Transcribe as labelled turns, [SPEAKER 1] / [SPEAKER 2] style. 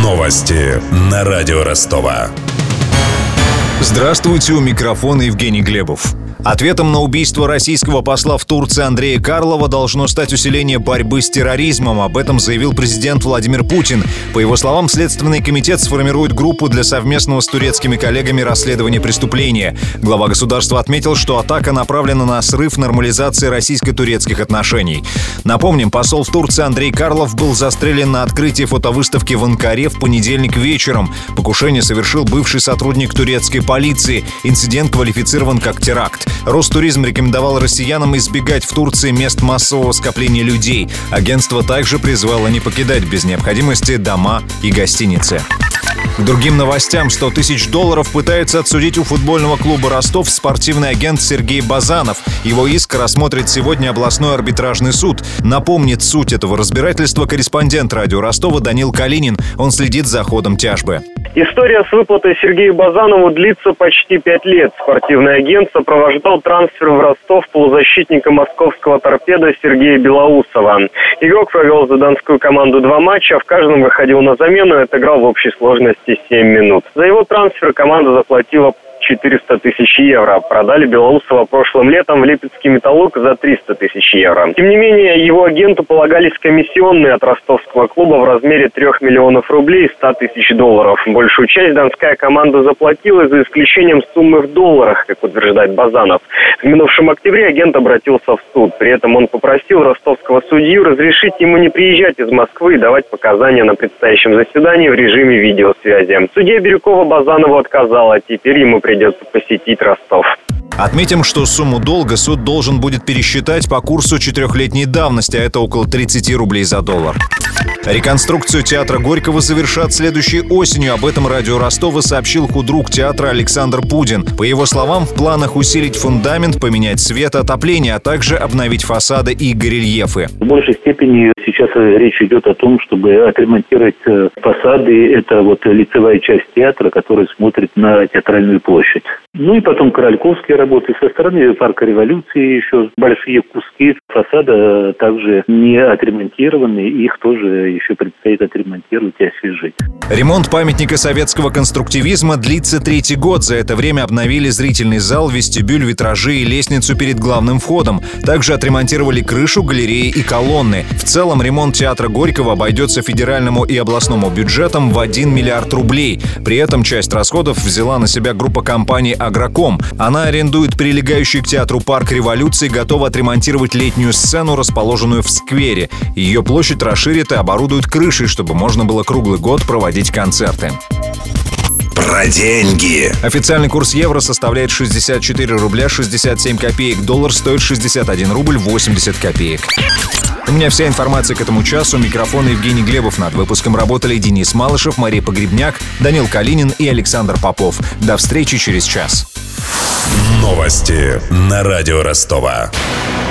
[SPEAKER 1] Новости на радио Ростова.
[SPEAKER 2] Здравствуйте, у микрофона Евгений Глебов. Ответом на убийство российского посла в Турции Андрея Карлова должно стать усиление борьбы с терроризмом. Об этом заявил президент Владимир Путин. По его словам, Следственный комитет сформирует группу для совместного с турецкими коллегами расследования преступления. Глава государства отметил, что атака направлена на срыв нормализации российско-турецких отношений. Напомним, посол в Турции Андрей Карлов был застрелен на открытии фотовыставки в Анкаре в понедельник вечером. Покушение совершил бывший сотрудник турецкой полиции. Инцидент квалифицирован как теракт. Ростуризм рекомендовал россиянам избегать в Турции мест массового скопления людей. Агентство также призвало не покидать без необходимости дома и гостиницы. К другим новостям. $100 тысяч пытается отсудить у футбольного клуба «Ростов» спортивный агент Сергей Базанов. Его иск рассмотрит сегодня областной арбитражный суд. Напомнит суть этого разбирательства корреспондент радио Ростова Данил Калинин. Он следит за ходом тяжбы.
[SPEAKER 3] История с выплатой Сергею Базанову длится почти 5 лет. Спортивный агент сопровождал трансфер в Ростов полузащитника московского «Торпедо» Сергея Белоусова. Игрок провел за донскую команду 2 матча, в каждом выходил на замену и отыграл в общей сложности 7 минут. За его трансфер команда заплатила 400 тысяч евро. Продали Белоусова прошлым летом в Липецкий «Металлург» за 300 тысяч евро. Тем не менее, его агенту полагались комиссионные от ростовского клуба в размере 3 миллионов рублей и $100 тысяч. Большую часть донская команда заплатила, за исключением суммы в долларах, как утверждает Базанов. В минувшем октябре агент обратился в суд. При этом он попросил ростовского судью разрешить ему не приезжать из Москвы и давать показания на предстоящем заседании в режиме видеосвязи. Судья Бирюкова Базанову отказала. Теперь ему придется посетить Ростов.
[SPEAKER 2] Отметим, что сумму долга суд должен будет пересчитать по курсу 4-летней давности, а это около 30 рублей за доллар. Реконструкцию театра Горького завершат следующей осенью. Об этом радио Ростова сообщил худрук театра Александр Пудин. По его словам, в планах усилить фундамент, поменять цвет, отопление, а также обновить фасады и горельефы.
[SPEAKER 4] В большей степени сейчас речь идет о том, чтобы отремонтировать фасады. Это вот лицевая часть театра, которая смотрит на Театральную площадь. Ну и потом корольковские работы. Со стороны парка Революции еще большие куски фасада также не отремонтированы. Их тоже еще предстоит отремонтировать и освежить.
[SPEAKER 2] Ремонт памятника советского конструктивизма длится 3-й год. За это время обновили зрительный зал, вестибюль, витражи и лестницу перед главным входом. Также отремонтировали крышу, галереи и колонны. В целом ремонт театра Горького обойдется федеральному и областному бюджетам в 1 миллиард рублей. При этом часть расходов взяла на себя группа компаний «Агроком». Она арендует прилегающий к театру парк Революции, готова отремонтировать летнюю сцену, расположенную в сквере. Ее площадь расширит и оборудуют крышей, чтобы можно было круглый год проводить концерты.
[SPEAKER 1] Про деньги.
[SPEAKER 2] Официальный курс евро составляет 64 рубля 67 копеек. Доллар стоит 61 рубль 80 копеек. У меня вся информация к этому часу. Микрофон Евгений Глебов. Над выпуском работали Денис Малышев, Мария Погребняк, Данил Калинин и Александр Попов. До встречи через час.
[SPEAKER 1] Новости на радио Ростова.